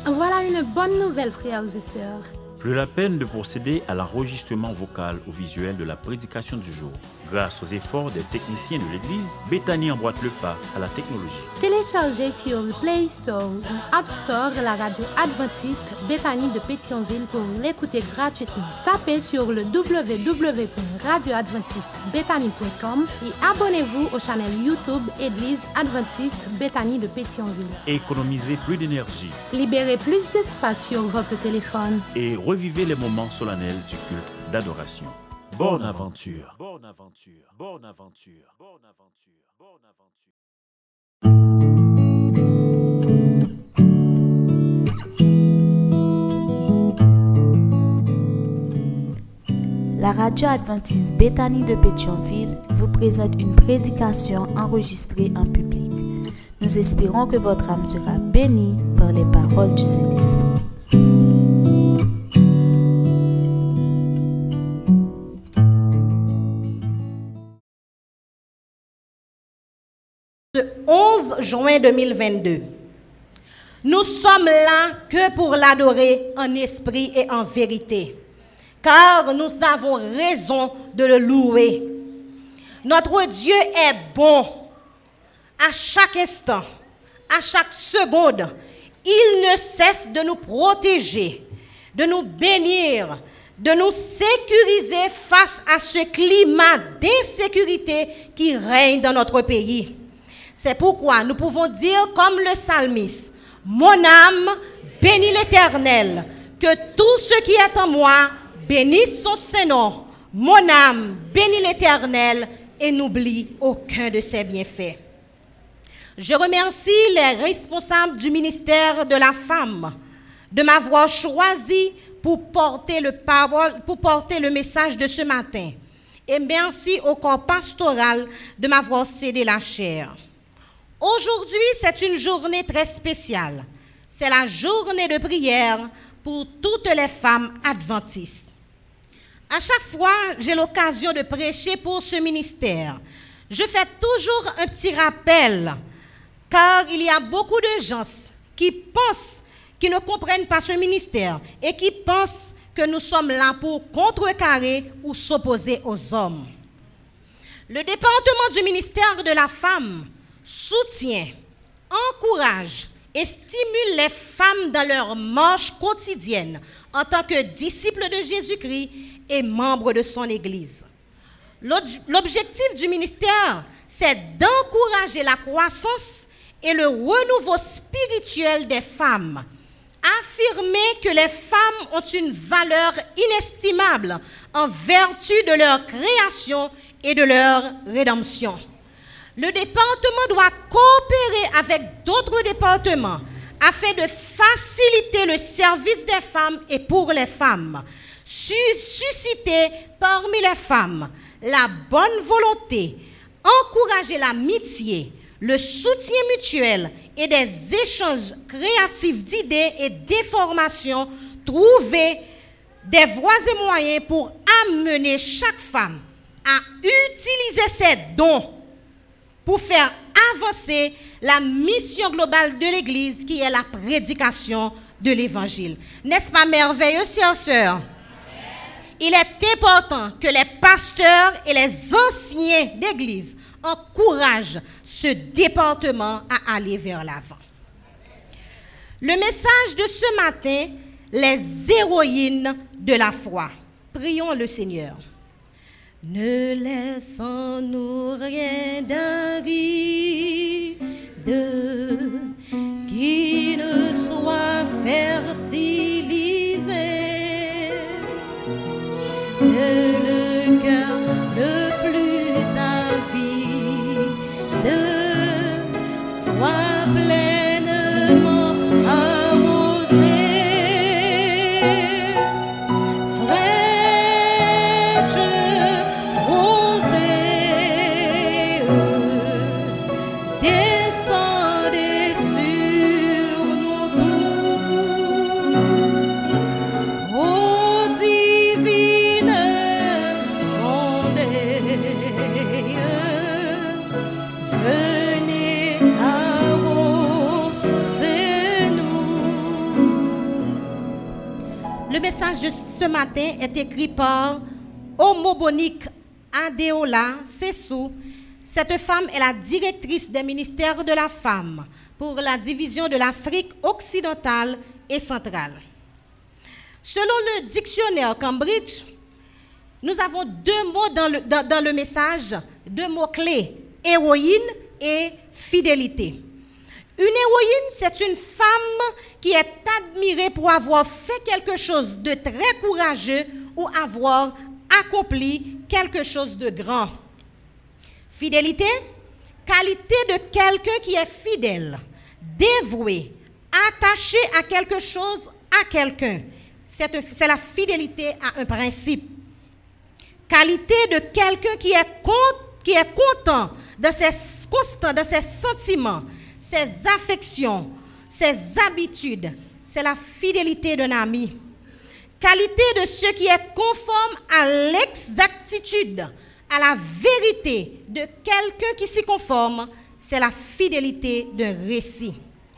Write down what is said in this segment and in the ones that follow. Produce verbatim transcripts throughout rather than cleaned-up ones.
Voilà une bonne nouvelle, frères et sœurs. Plus la peine de procéder à l'enregistrement vocal ou visuel de la prédication du jour. Grâce aux efforts des techniciens de l'Église, Bethany emboîte le pas à la technologie. Téléchargez sur le Play Store ou App Store la radio adventiste Bethany de Pétionville pour l'écouter gratuitement. Tapez sur le w w w point radio adventiste bethany point com et abonnez-vous au channel YouTube Église adventiste Bethany de Pétionville. Économisez plus d'énergie. Libérez plus d'espace sur votre téléphone. Et revivez les moments solennels du culte d'adoration. Bonne aventure. Bonne aventure. Bonne aventure. Bonne aventure. Bonne aventure. La radio adventiste Bethany de Pétionville vous présente une prédication enregistrée en public. Nous espérons que votre âme sera bénie par les paroles du Saint-Esprit. onze juin deux mille vingt-deux. Nous sommes là que pour l'adorer en esprit et en vérité, car nous avons raison de le louer. Notre Dieu est bon à chaque instant, à chaque seconde. Il ne cesse de nous protéger, de nous bénir, de nous sécuriser face à ce climat d'insécurité qui règne dans notre pays. C'est pourquoi nous pouvons dire comme le psalmiste, « Mon âme bénit l'Éternel, que tout ce qui est en moi bénisse son Saint-Nom. Mon âme bénit l'Éternel et n'oublie aucun de ses bienfaits. » Je remercie les responsables du ministère de la femme de m'avoir choisi pour porter le parole, pour porter le message de ce matin. Et merci au corps pastoral de m'avoir cédé la chair. Aujourd'hui, c'est une journée très spéciale. C'est la journée de prière pour toutes les femmes adventistes. À chaque fois, j'ai l'occasion de prêcher pour ce ministère. Je fais toujours un petit rappel, car il y a beaucoup de gens qui pensent, qui ne comprennent pas ce ministère et qui pensent que nous sommes là pour contrecarrer ou s'opposer aux hommes. Le département du ministère de la femme soutient, encourage et stimule les femmes dans leur marche quotidienne en tant que disciples de Jésus-Christ et membres de son Église. L'objectif du ministère, c'est d'encourager la croissance et le renouveau spirituel des femmes. Affirmer que les femmes ont une valeur inestimable en vertu de leur création et de leur rédemption. Le département doit coopérer avec d'autres départements afin de faciliter le service des femmes et pour les femmes, susciter parmi les femmes la bonne volonté, encourager l'amitié, le soutien mutuel et des échanges créatifs d'idées et d'informations, trouver des voies et moyens pour amener chaque femme à utiliser ses dons pour faire avancer la mission globale de l'Église qui est la prédication de l'Évangile. N'est-ce pas merveilleux, chers sœurs? Il est important que les pasteurs et les anciens d'Église encouragent ce département à aller vers l'avant. Le message de ce matin, les héroïnes de la foi. Prions le Seigneur. Ne laissons-nous rien d'un ride qui ne soit fertilisé. Le cœur le plus avide soit pleinement arrosé. Fraîche rosée, descend le message de ce matin est écrit par Omobonique Adeola Sessou. Cette femme est la directrice des ministères de la femme pour la division de l'Afrique occidentale et centrale. Selon le dictionnaire Cambridge, nous avons deux mots dans le, dans, dans le message, deux mots clés, héroïne et fidélité. Une héroïne, c'est une femme qui est admirée pour avoir fait quelque chose de très courageux ou avoir accompli quelque chose de grand. Fidélité, qualité de quelqu'un qui est fidèle, dévoué, attaché à quelque chose, à quelqu'un. C'est, c'est la fidélité à un principe. Qualité de quelqu'un qui est, con, qui est content de ses, constant de ses sentiments, ses affections, ses habitudes. C'est la fidélité d'un ami. Qualité de ce qui est conforme à l'exactitude, à la vérité de quelqu'un qui s'y conforme, c'est la fidélité d'un récit.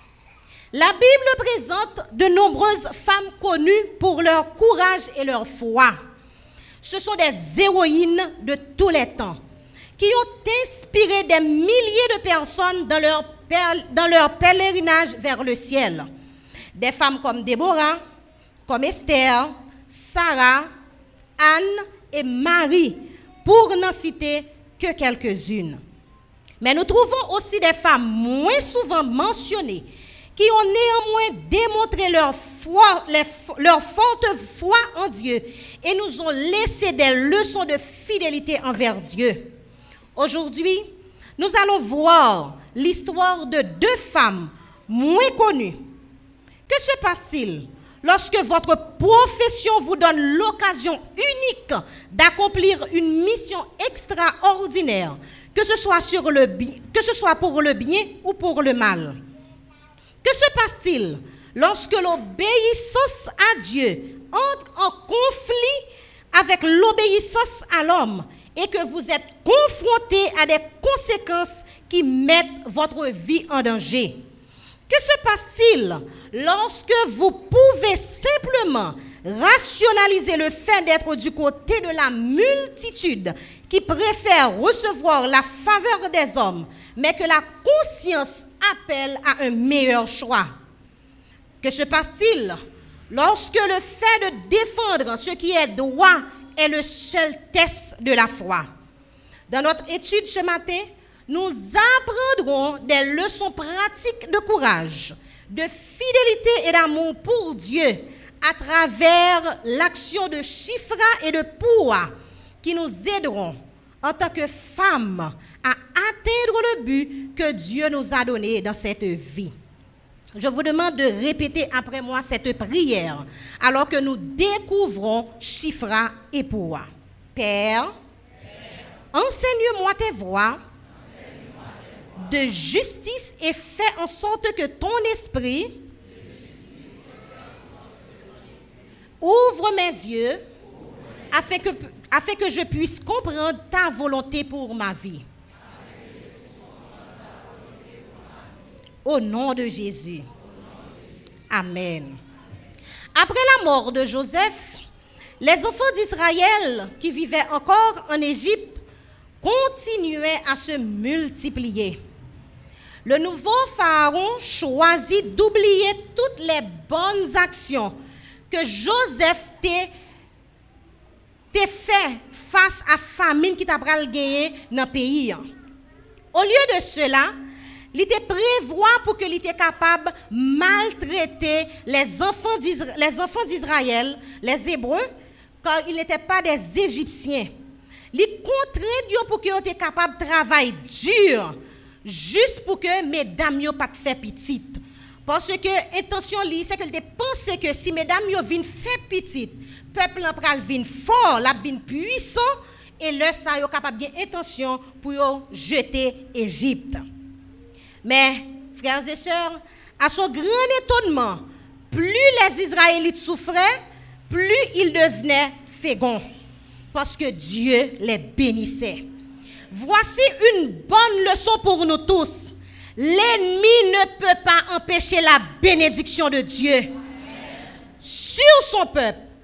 La Bible présente de nombreuses femmes connues pour leur courage et leur foi. Ce sont des héroïnes de tous les temps qui ont inspiré des milliers de personnes dans leur, dans leur pèlerinage vers le ciel. Des femmes comme Déborah, comme Esther, Sarah, Anne et Marie, pour n'en citer que quelques-unes. Mais nous trouvons aussi des femmes moins souvent mentionnées qui ont néanmoins démontré leur foi, les, leur forte foi en Dieu et nous ont laissé des leçons de fidélité envers Dieu. Aujourd'hui, nous allons voir l'histoire de deux femmes moins connues. Que se passe-t-il lorsque votre profession vous donne l'occasion unique d'accomplir une mission extraordinaire, que ce soit, sur le, que ce soit pour le bien ou pour le mal? Que se passe-t-il lorsque l'obéissance à Dieu entre en conflit avec l'obéissance à l'homme et que vous êtes confronté à des conséquences qui mettent votre vie en danger? Que se passe-t-il lorsque vous pouvez simplement rationaliser le fait d'être du côté de la multitude qui préfère recevoir la faveur des hommes, mais que la conscience appelle à un meilleur choix? Que se passe-t-il lorsque le fait de défendre ce qui est droit est le seul test de la foi? Dans notre étude ce matin, nous apprendrons des leçons pratiques de courage, de fidélité et d'amour pour Dieu à travers l'action de Shifra et de Poua qui nous aideront en tant que femmes à atteindre le but que Dieu nous a donné dans cette vie. Je vous demande de répéter après moi cette prière alors que nous découvrons Shifra et Poua. Père, enseigne-moi tes voies de justice et fais en sorte que ton esprit ouvre mes yeux afin que, afin que je puisse comprendre ta volonté pour ma vie. Au nom de Jésus. Amen. Après la mort de Joseph, les enfants d'Israël qui vivaient encore en Égypte continuaient à se multiplier. Le nouveau pharaon choisit d'oublier toutes les bonnes actions que Joseph t'a fait face à la famine qui t'a gagné dans le pays. Au lieu de cela, il était prévoit pour qu'il était capable de maltraiter les enfants d'Israël, les Hébreux, car ils n'étaient pas des Égyptiens. Il contraint pour qu'ils étaient capables de travailler dur, juste pour que mesdames n'aient pas de fait petite. Parce que l'intention, c'est qu'elle pensait que si mesdames viennent faire petite, le peuple vient fort, vient puissant, et là, ça est capable d'intention pour jeter Égypte. Mais, frères et sœurs, à son grand étonnement, plus les Israélites souffraient, plus ils devenaient féconds, parce que Dieu les bénissait. Voici une bonne leçon pour nous tous. L'ennemi ne peut pas empêcher la bénédiction de Dieu sur son peuple,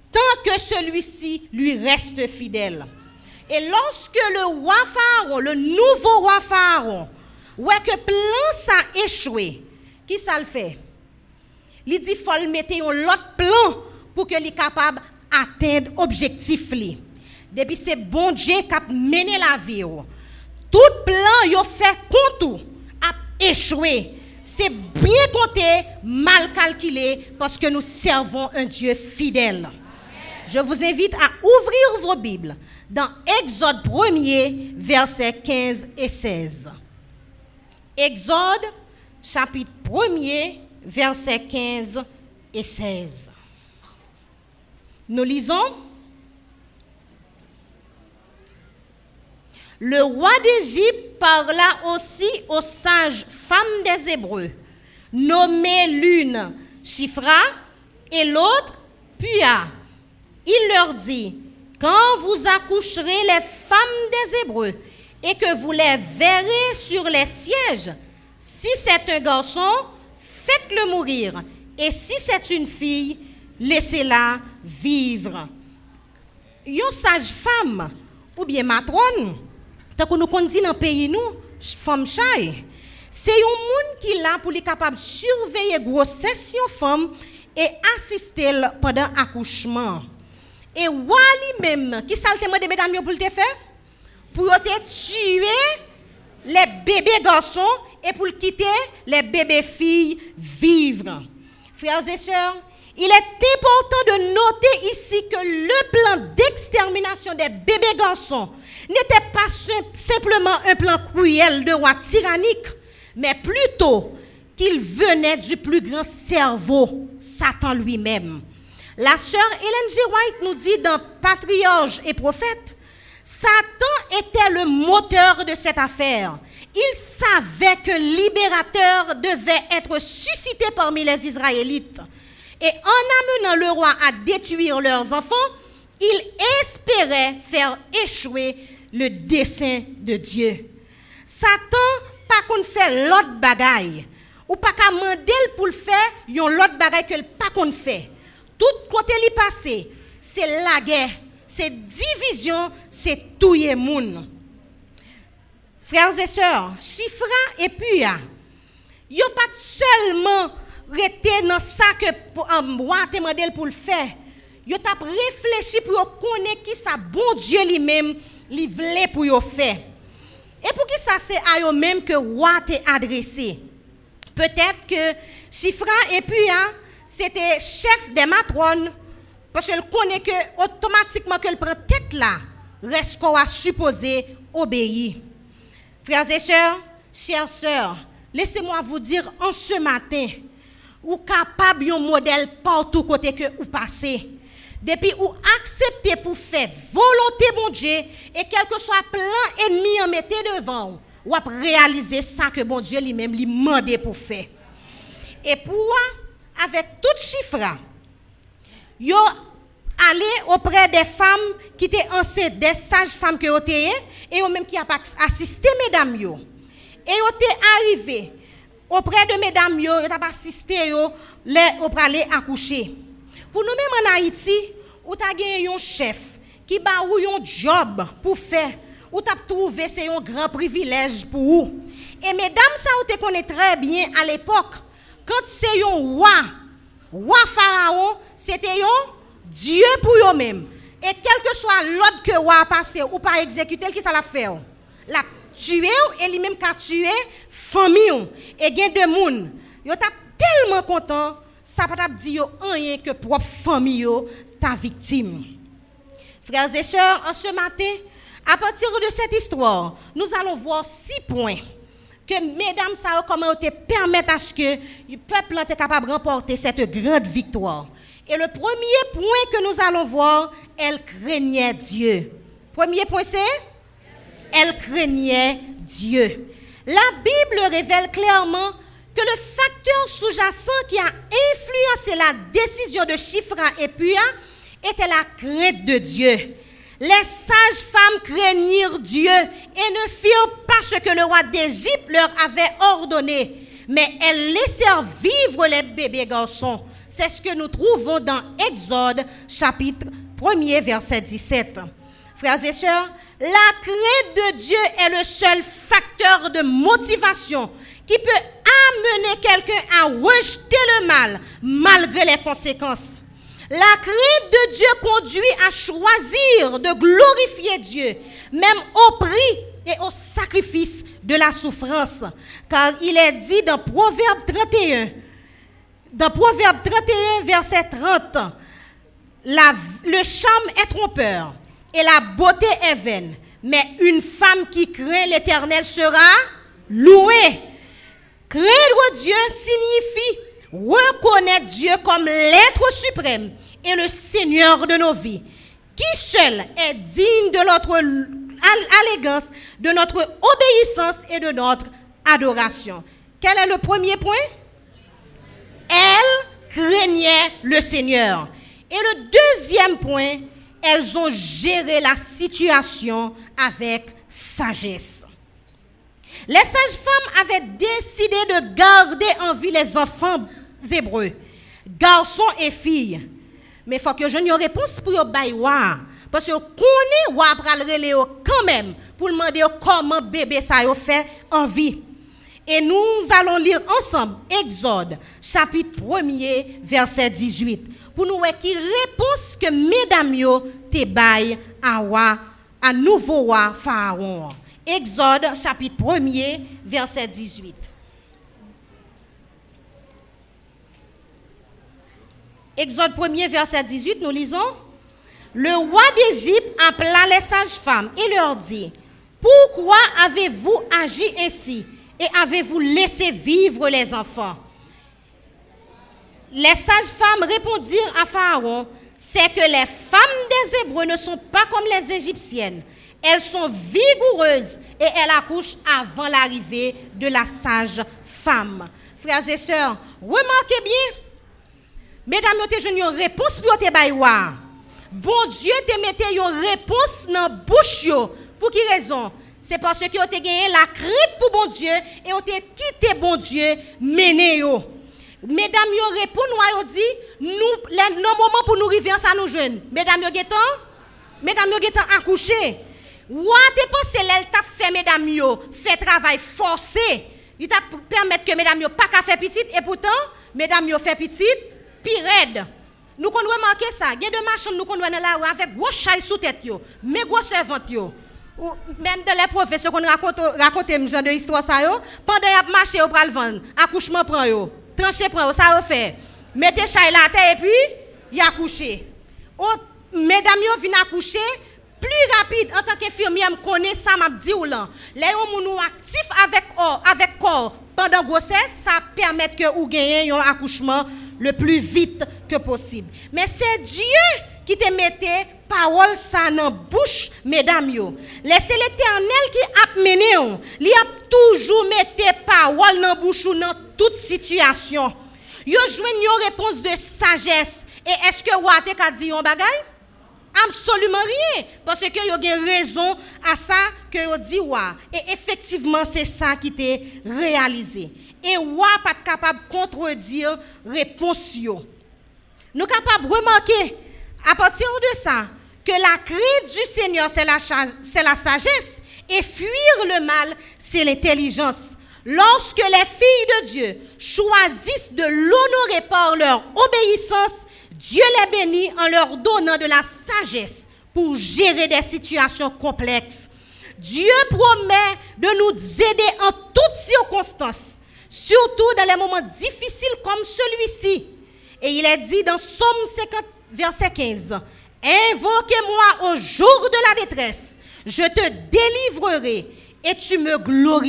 tant que celui-ci lui reste fidèle. Et lorsque le roi Pharaon, le nouveau roi Pharaon, voit que plan ça a échoué, qui ça le fait? Il dit qu'il faut mettre un autre plan pour que soit capable d'atteindre l'objectif. Depuis c'est bon Dieu qui a mené la vie. Tout plan yo fait compte a échoué. C'est bien compté, mal calculé, parce que nous servons un Dieu fidèle. Je vous invite à ouvrir vos Bibles dans Exode premier, versets quinze et seize. Exode, chapitre premier, versets quinze et seize. Nous lisons. Le roi d'Égypte parla aussi aux sages femmes des Hébreux, nommées l'une Shifra et l'autre Pua. Il leur dit, quand vous accoucherez les femmes des Hébreux et que vous les verrez sur les sièges, si c'est un garçon, faites-le mourir, et si c'est une fille, laissez-la vivre. Une sage femme ou bien matrone, tant que nous continuons dans le pays, nous, femme chaille, c'est un monde qui est là pour être capable de surveiller la grossesse de femme et assister pendant l'accouchement. Et Wali même, qui s'alte de mesdames pour le faire? Pour tuer les bébés garçons et pour quitter les bébés filles vivre. Frères et sœurs, il est important de noter ici que le plan d'extermination des bébés garçons n'était pas simplement un plan cruel de roi tyrannique, mais plutôt qu'il venait du plus grand cerveau, Satan lui-même. La sœur Ellen G. White nous dit dans Patriarche et Prophète, Satan était le moteur de cette affaire. Il savait que le libérateur devait être suscité parmi les Israélites. Et en amenant le roi à détruire leurs enfants, il espérait faire échouer le dessein de Dieu. Satan, pas qu'on fait l'autre bagaille, ou pas qu'à demander pour le faire, yon l'autre bagaille que pas qu'on fait. Tout côté li passé, c'est la guerre, c'est division, c'est tout le monde. Frères et sœurs, Shifra et Pua, yo pas seulement rester dans ça que moi te demandé pour le faire. Yo t'a réfléchi pour connaître qui ça bon Dieu lui-même li vle pour yo faire. Et pour qui ça c'est à eux même que roi t'est adressé. Peut-être que Shifra et Pua c'était chef des matrones parce qu'elle connaît que automatiquement qu'elle prend tête là, reste qu'on a supposé obéir. Frères et sœurs, chères sœurs, laissez-moi vous dire en ce matin, ou capable un modèle partout côté que vous passez. Depuis ou accepter pour faire volonté bon Dieu et quel que soit plan ennemi en mettez devant, ou réaliser ça que bon Dieu lui-même lui demande pour faire. Et pour avec toute chiffre, yo aller auprès des femmes qui étaient enceintes, des sages femmes que ont été et eux même qui a assisté mesdames yo. Et yo étaient arrivé auprès de mesdames yo, yo t'a assisté yo les auprès aller accoucher. Pour nous même en Haïti, ou t'a gagné un chef qui ba ou un job pour faire, ou t'a trouvé c'est un grand privilège pour vous. Et mesdames ça vous te connaît très bien à l'époque. Quand c'est un roi, roi Pharaon, c'était un Dieu pour eux-mêmes. Et quel que soit l'ordre que roi a passé ou pas exécuté, qui ça l'a fait? La tué et lui-même qui a tué famille et gain de monde. Yo t'a tellement content, ça pas dit yo rien que propre famille ta victime. Frères et sœurs, en ce matin, à partir de cette histoire, nous allons voir six points que mesdames ça comment te permettre à ce que le peuple soit capable de remporter cette grande victoire. Et le premier point que nous allons voir, elle craignait Dieu. Premier point c'est elle craignait Dieu. La Bible révèle clairement que le facteur sous-jacent qui a influencé la décision de Shifra et Pua était la crainte de Dieu. Les sages femmes craignirent Dieu et ne firent pas ce que le roi d'Égypte leur avait ordonné, mais elles laissèrent vivre les bébés garçons C'est ce que nous trouvons dans Exode, chapitre premier, verset dix-sept. Frères et sœurs, la crainte de Dieu est le seul facteur de motivation qui peut amener quelqu'un à rejeter le mal malgré les conséquences. La crainte de Dieu conduit à choisir de glorifier Dieu, même au prix et au sacrifice de la souffrance. Car il est dit dans Proverbe trente et un, dans Proverbe trente et un, verset trente, la, le charme est trompeur et la beauté est vaine, mais une femme qui craint l'Éternel sera louée. Craindre Dieu signifie reconnaître Dieu comme l'être suprême et le Seigneur de nos vies, qui seul est digne de notre allégance, de notre obéissance et de notre adoration. Quel est le premier point? Elles craignaient le Seigneur. Et le deuxième point, elles ont géré la situation avec sagesse. Les sages-femmes avaient décidé de garder en vie les enfants hébreux, garçons et filles. Mais il faut que je n'ai réponse pour eux baïwa. Parce que connaît ou après le quand même pour demander comment bébé ça a fait en vie. Et nous allons lire ensemble Exode, chapitre premier, verset dix-huit. Pour nous voir qui réponse que mesdames yo te bail à wa à nouveau wa Pharaon. Exode, chapitre premier, verset dix-huit. Exode premier, verset dix-huit, nous lisons. Le roi d'Égypte appela les sages-femmes et leur dit, pourquoi avez-vous agi ainsi et avez-vous laissé vivre les enfants? Les sages-femmes répondirent à Pharaon, c'est que les femmes des Hébreux ne sont pas comme les Égyptiennes. Elles sont vigoureuses et elles accouchent avant l'arrivée de la sage femme. Frères et sœurs, remarquez bien, mesdames, vous avez une réponse pour te baïwa. Bon Dieu te mette une réponse dans la bouche. Pour quelle raison? C'est parce que vous avez gagné la crainte pour bon Dieu et vous avez quitté bon Dieu, mené yo. Mesdames, vous répondez, vous dit, nous, les moments pour nous arriver, ça nous joindre. Mesdames, vous avez Mesdames, vous avez accouché. Ou te pensé l'elle t'a fait mesdames yo, fait travail forcé. Il t'a permettre que mesdames yo pas qu'à faire petite et pourtant mesdames yo fait petite puis raide. Nous qu'on remarquer ça, il y a deux machines nous qu'on dans la rue avec gros chaille sous tête yo, mais gros servante yo. Ou même dans les professeurs qu'on raconte raconter me genre de histoire ça yo, pendant y a marché au pral vendre, accouchement prend yo, trancher prend yo, ça yo fait. Mettez chaille la terre et puis y a couché. Mesdames yo viennent accoucher plus rapide en tant qu'infirmière, je connais ça, m'a dit ou là. Les gens actifs avec corps, avec corps pendant grossesse, ça permet que vous gagnez un accouchement le plus vite que possible. Mais c'est Dieu qui te mette parole ça dans la bouche, mesdames yo. Laissez l'Éternel qui a mené, il a toujours mette parole dans la bouche dans toute situation. Yo jouen une réponse de sagesse. Et est-ce que vous avez dit un bagay? Absolument rien. Parce que vous avez raison à ça que vous dit wa. Et effectivement, c'est ça qui était réalisé. Et wa pas capable de contredire réponse yo. Nous sommes capables de remarquer à partir de ça que la crainte du Seigneur, c'est la, c'est la sagesse. Et fuir le mal, c'est l'intelligence. Lorsque les filles de Dieu choisissent de l'honorer par leur obéissance, Dieu les bénit en leur donnant de la sagesse pour gérer des situations complexes. Dieu promet de nous aider en toutes circonstances, surtout dans les moments difficiles comme celui-ci. Et il est dit dans Psaume cinquante, verset quinze, « Invoquez-moi au jour de la détresse, je te délivrerai et tu me glorifieras. »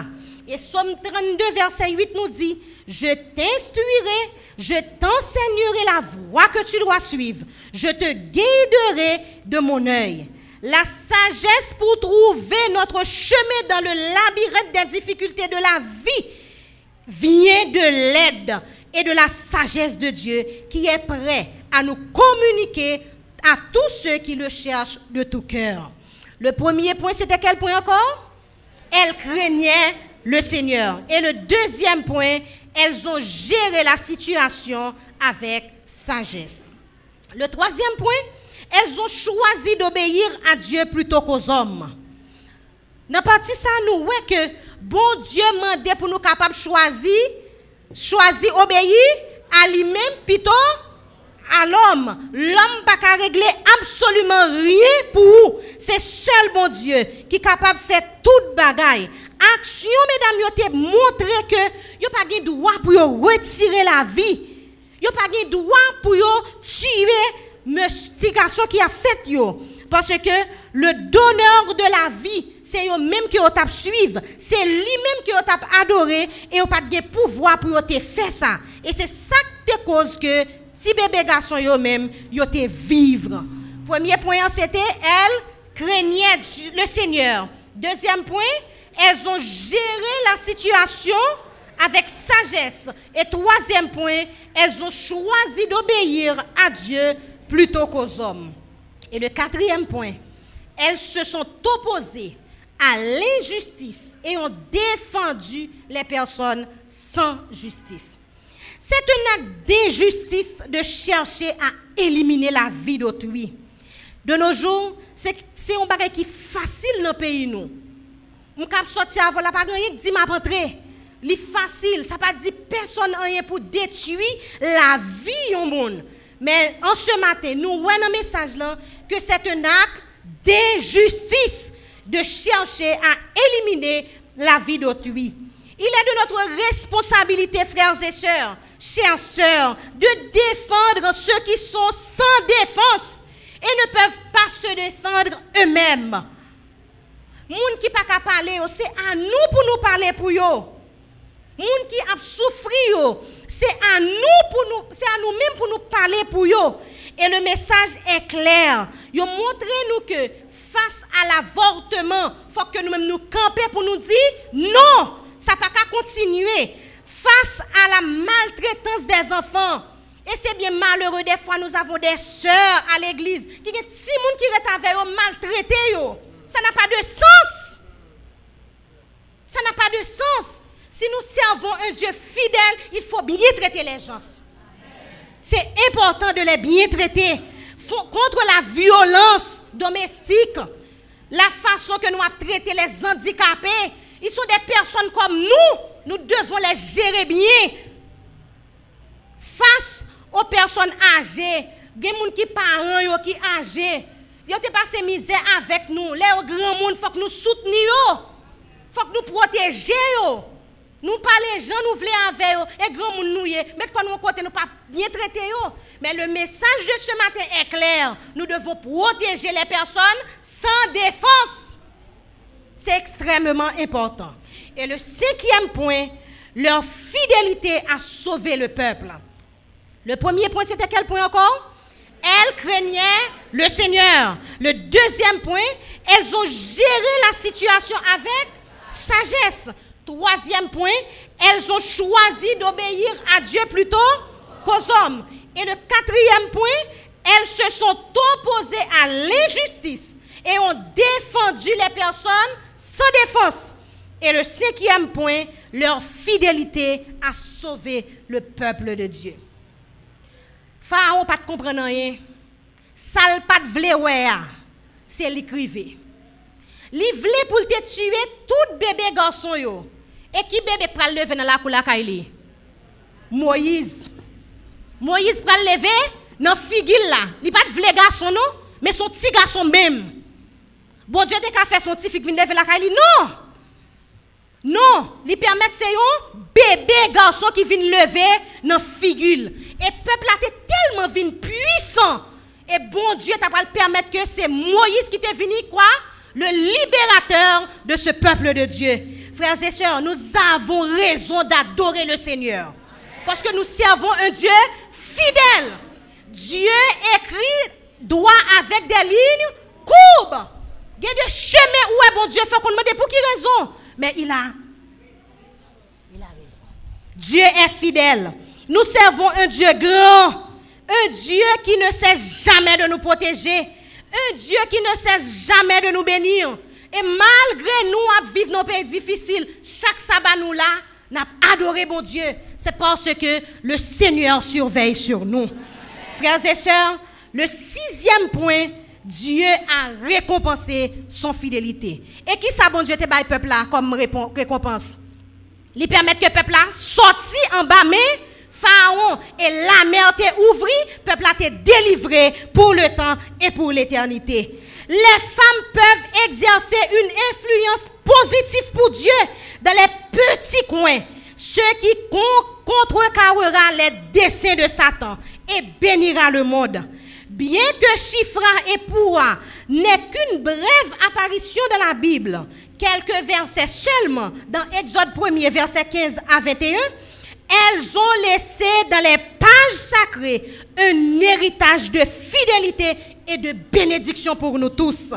Et Psaume trente-deux, verset huit nous dit, « Je t'instruirai, je t'enseignerai la voie que tu dois suivre. Je te guiderai de mon œil. » La sagesse pour trouver notre chemin dans le labyrinthe des difficultés de la vie vient de l'aide et de la sagesse de Dieu qui est prêt à nous communiquer à tous ceux qui le cherchent de tout cœur. Le premier point, c'était quel point encore? Elle craignait le Seigneur. Et le deuxième point, elles ont géré la situation avec sagesse. Le troisième point, elles ont choisi d'obéir à Dieu plutôt qu'aux hommes. Dans la partie ça, nous voyons que bon Dieu mandait pour nous capables de choisir, choisir obéir à lui-même plutôt à l'homme. L'homme n'a pas régler absolument rien pour. C'est seul bon Dieu qui est capable de faire toute bagaille. Action, mesdames, yo te montré que yo pas de droit pour yo retirer la vie. Yo pas de droit pour yo tuer monsieur garçon qui a fait yo. Parce que le donneur de la vie, c'est eux même qui ont t'a suivre, c'est lui-même qui ont t'a adoré et ont pas de pouvoir pour te faire ça. Et c'est ça qui te cause que si bébé garçon eux même yo te vivre. Premier point c'était elle craignait le Seigneur. Deuxième point, elles ont géré la situation avec sagesse. Et troisième point, elles ont choisi d'obéir à Dieu plutôt qu'aux hommes. Et le quatrième point, elles se sont opposées à l'injustice et ont défendu les personnes sans justice. C'est un acte d'injustice de chercher à éliminer la vie d'autrui. De nos jours, c'est un bagage qui est facile dans le pays. Nous. On cap sortir avant la pas rien dit m'a rentré. Li facile, ça pas dit personne rien pour détruire la vie au monde. Mais en ce matin, nous voyons un message là que c'est un acte d'injustice de chercher à éliminer la vie d'autrui. Il est de notre responsabilité, frères et sœurs, chères sœurs, de défendre ceux qui sont sans défense et ne peuvent pas se défendre eux-mêmes. Moun qui pas capable parler, c'est à nous pour nous parler pour yo. Moun qui a souffert, c'est à nous pour nous, c'est à nous-mêmes pour nous parler pour yo. Et le message est clair. Yo montrez nous que face à l'avortement, faut que nous-mêmes nous camper pour nous dire non, ça pas qu'à continuer. Face à la maltraitance des enfants. Et c'est bien malheureux des fois nous avons des sœurs à l'église qui ont si moun qui est avec eux maltraité yo. Ça n'a pas de sens. Ça n'a pas de sens. Si nous servons un Dieu fidèle, il faut bien traiter les gens. C'est important de les bien traiter. Contre la violence domestique, la façon que nous avons traité les handicapés, ils sont des personnes comme nous. Nous devons les gérer bien. Face aux personnes âgées, il y a des gens qui sont parents, qui sont âgés. Ils ont passé misère avec nous. Les grands monde, il faut que nous soutenions. Il faut que nous protégions. Nous parlons gens, nous voulons avec eux. Et grands monde nous y est. Mais quand nous côté nous pas bien traiter eux. Mais le message de ce matin est clair. Nous devons protéger les personnes sans défense. C'est extrêmement important. Et le cinquième point, leur fidélité à sauver le peuple. Le premier point, c'était quel point encore? Elles craignaient le Seigneur. Le deuxième point, elles ont géré la situation avec sagesse. Troisième point, elles ont choisi d'obéir à Dieu plutôt qu'aux hommes. Et le quatrième point, elles se sont opposées à l'injustice et ont défendu les personnes sans défense. Et le cinquième point, leur fidélité à sauver le peuple de Dieu. Pharaon pas de comprendre rien. Sal pas de vle ouais, c'est l'écrivé. Li vle pour te tuer tout bébé garçon yo. Et qui bébé pral lever dans la cour la kaili? Moïse. Moïse pral lever dans figure là. Li pas de vle garçon non, mais son petit garçon même. Bon Dieu te ka fait son petit fig vinn lever la kaili? Non. Non, li permet c'est un bébé garçon qui vient lever dans figure. Et peuple là était tellement vinn puissant. Et bon Dieu t'a pas permettre que c'est Moïse qui t'est venu quoi? Le libérateur de ce peuple de Dieu. Frères et sœurs, nous avons raison d'adorer le Seigneur. Parce que nous servons un Dieu fidèle. Dieu écrit droit avec des lignes courbes. Il y a des chemins où est bon Dieu fait qu'on demande pour qui raison. Mais il a, il a raison. Dieu est fidèle. Nous servons un Dieu grand. Un Dieu qui ne cesse jamais de nous protéger. Un Dieu qui ne cesse jamais de nous bénir. Et malgré nous à vivre nos pays difficiles, chaque sabbat nous là, n'a adoré bon Dieu. C'est parce que le Seigneur surveille sur nous. Frères et sœurs, le sixième point, Dieu a récompensé son fidélité. Et qui ça, bon Dieu, te bail peuple là comme récompense? Il permet que le peuple là sorti en bas, mais Pharaon et la mer t'est ouvri, le peuple là t'est délivré pour le temps et pour l'éternité. Les femmes peuvent exercer une influence positive pour Dieu dans les petits coins, ceux qui contrecarrera les desseins de Satan et bénira le monde. Bien que Shifra et Poua n'est qu'une brève apparition dans la Bible, quelques versets seulement dans Exode premier, versets quinze à vingt et un, elles ont laissé dans les pages sacrées un héritage de fidélité et de bénédiction pour nous tous.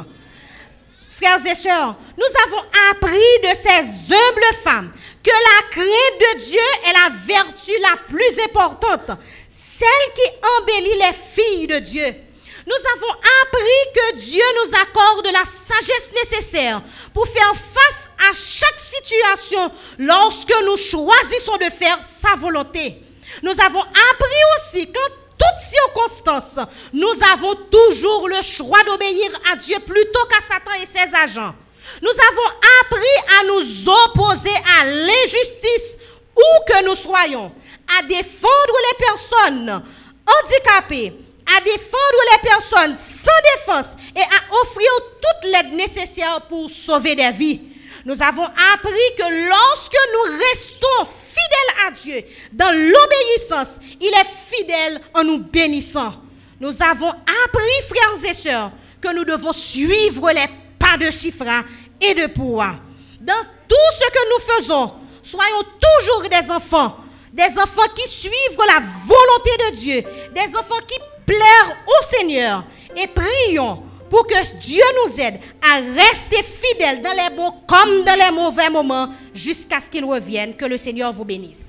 Frères et sœurs, nous avons appris de ces humbles femmes que la crainte de Dieu est la vertu la plus importante, celle qui embellit les filles de Dieu. Nous avons appris que Dieu nous accorde la sagesse nécessaire pour faire face à chaque situation lorsque nous choisissons de faire sa volonté. Nous avons appris aussi qu'en toutes circonstances, nous avons toujours le choix d'obéir à Dieu plutôt qu'à Satan et ses agents. Nous avons appris à nous opposer à l'injustice où que nous soyons, à défendre les personnes handicapées, à défendre les personnes sans défense et à offrir toute l'aide nécessaire pour sauver des vies. Nous avons appris que lorsque nous restons fidèles à Dieu, dans l'obéissance, il est fidèle en nous bénissant. Nous avons appris, frères et sœurs, que nous devons suivre les pas de Shifra et de Poua. Dans tout ce que nous faisons, soyons toujours des enfants, des enfants qui suivent la volonté de Dieu, des enfants qui plairent au Seigneur, et prions pour que Dieu nous aide à rester fidèles dans les bons comme dans les mauvais moments jusqu'à ce qu'il revienne. Que le Seigneur vous bénisse.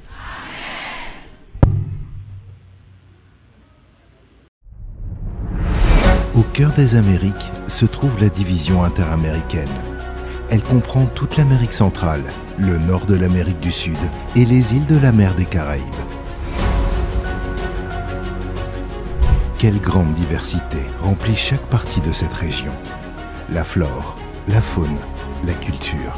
Au cœur des Amériques se trouve la division interaméricaine. Elle comprend toute l'Amérique centrale, le nord de l'Amérique du Sud et les îles de la mer des Caraïbes. Quelle grande diversité remplit chaque partie de cette région. La flore, la faune, la culture.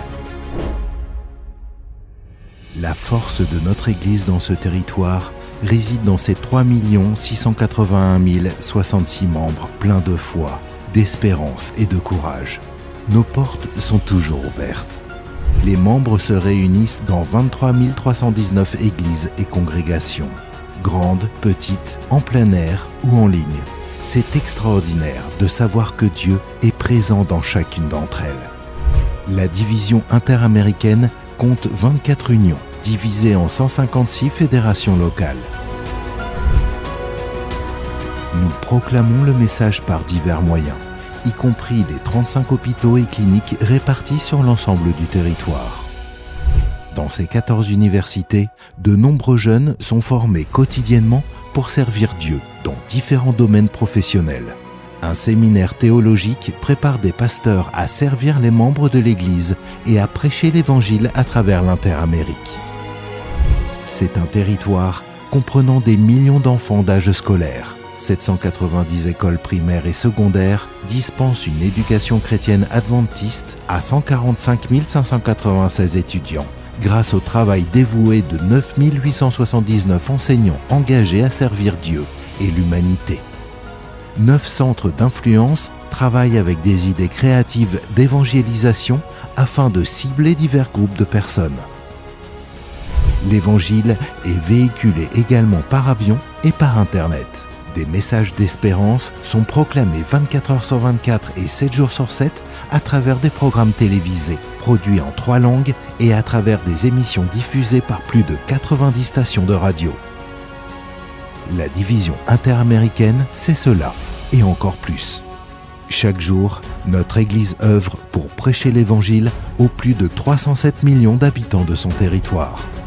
La force de notre Église dans ce territoire réside dans ses trois millions six cent quatre-vingt-un mille soixante-six membres pleins de foi, d'espérance et de courage. Nos portes sont toujours ouvertes. Les membres se réunissent dans vingt-trois mille trois cent dix-neuf églises et congrégations. Grandes, petites, en plein air ou en ligne. C'est extraordinaire de savoir que Dieu est présent dans chacune d'entre elles. La division interaméricaine compte vingt-quatre unions, divisées en cent cinquante-six fédérations locales. Nous proclamons le message par divers moyens, y compris les trente-cinq hôpitaux et cliniques répartis sur l'ensemble du territoire. Dans ces quatorze universités, de nombreux jeunes sont formés quotidiennement pour servir Dieu dans différents domaines professionnels. Un séminaire théologique prépare des pasteurs à servir les membres de l'Église et à prêcher l'Évangile à travers l'Interamérique. C'est un territoire comprenant des millions d'enfants d'âge scolaire. sept cent quatre-vingt-dix écoles primaires et secondaires dispensent une éducation chrétienne adventiste à cent quarante-cinq mille cinq cent quatre-vingt-seize étudiants, grâce au travail dévoué de neuf mille huit cent soixante-dix-neuf enseignants engagés à servir Dieu et l'humanité. Neuf centres d'influence travaillent avec des idées créatives d'évangélisation afin de cibler divers groupes de personnes. L'Évangile est véhiculé également par avion et par Internet. Des messages d'espérance sont proclamés vingt-quatre heures sur vingt-quatre et sept jours sur sept à travers des programmes télévisés, produits en trois langues et à travers des émissions diffusées par plus de quatre-vingt-dix stations de radio. La division interaméricaine, c'est cela, et encore plus. Chaque jour, notre Église œuvre pour prêcher l'Évangile aux plus de trois cent sept millions d'habitants de son territoire.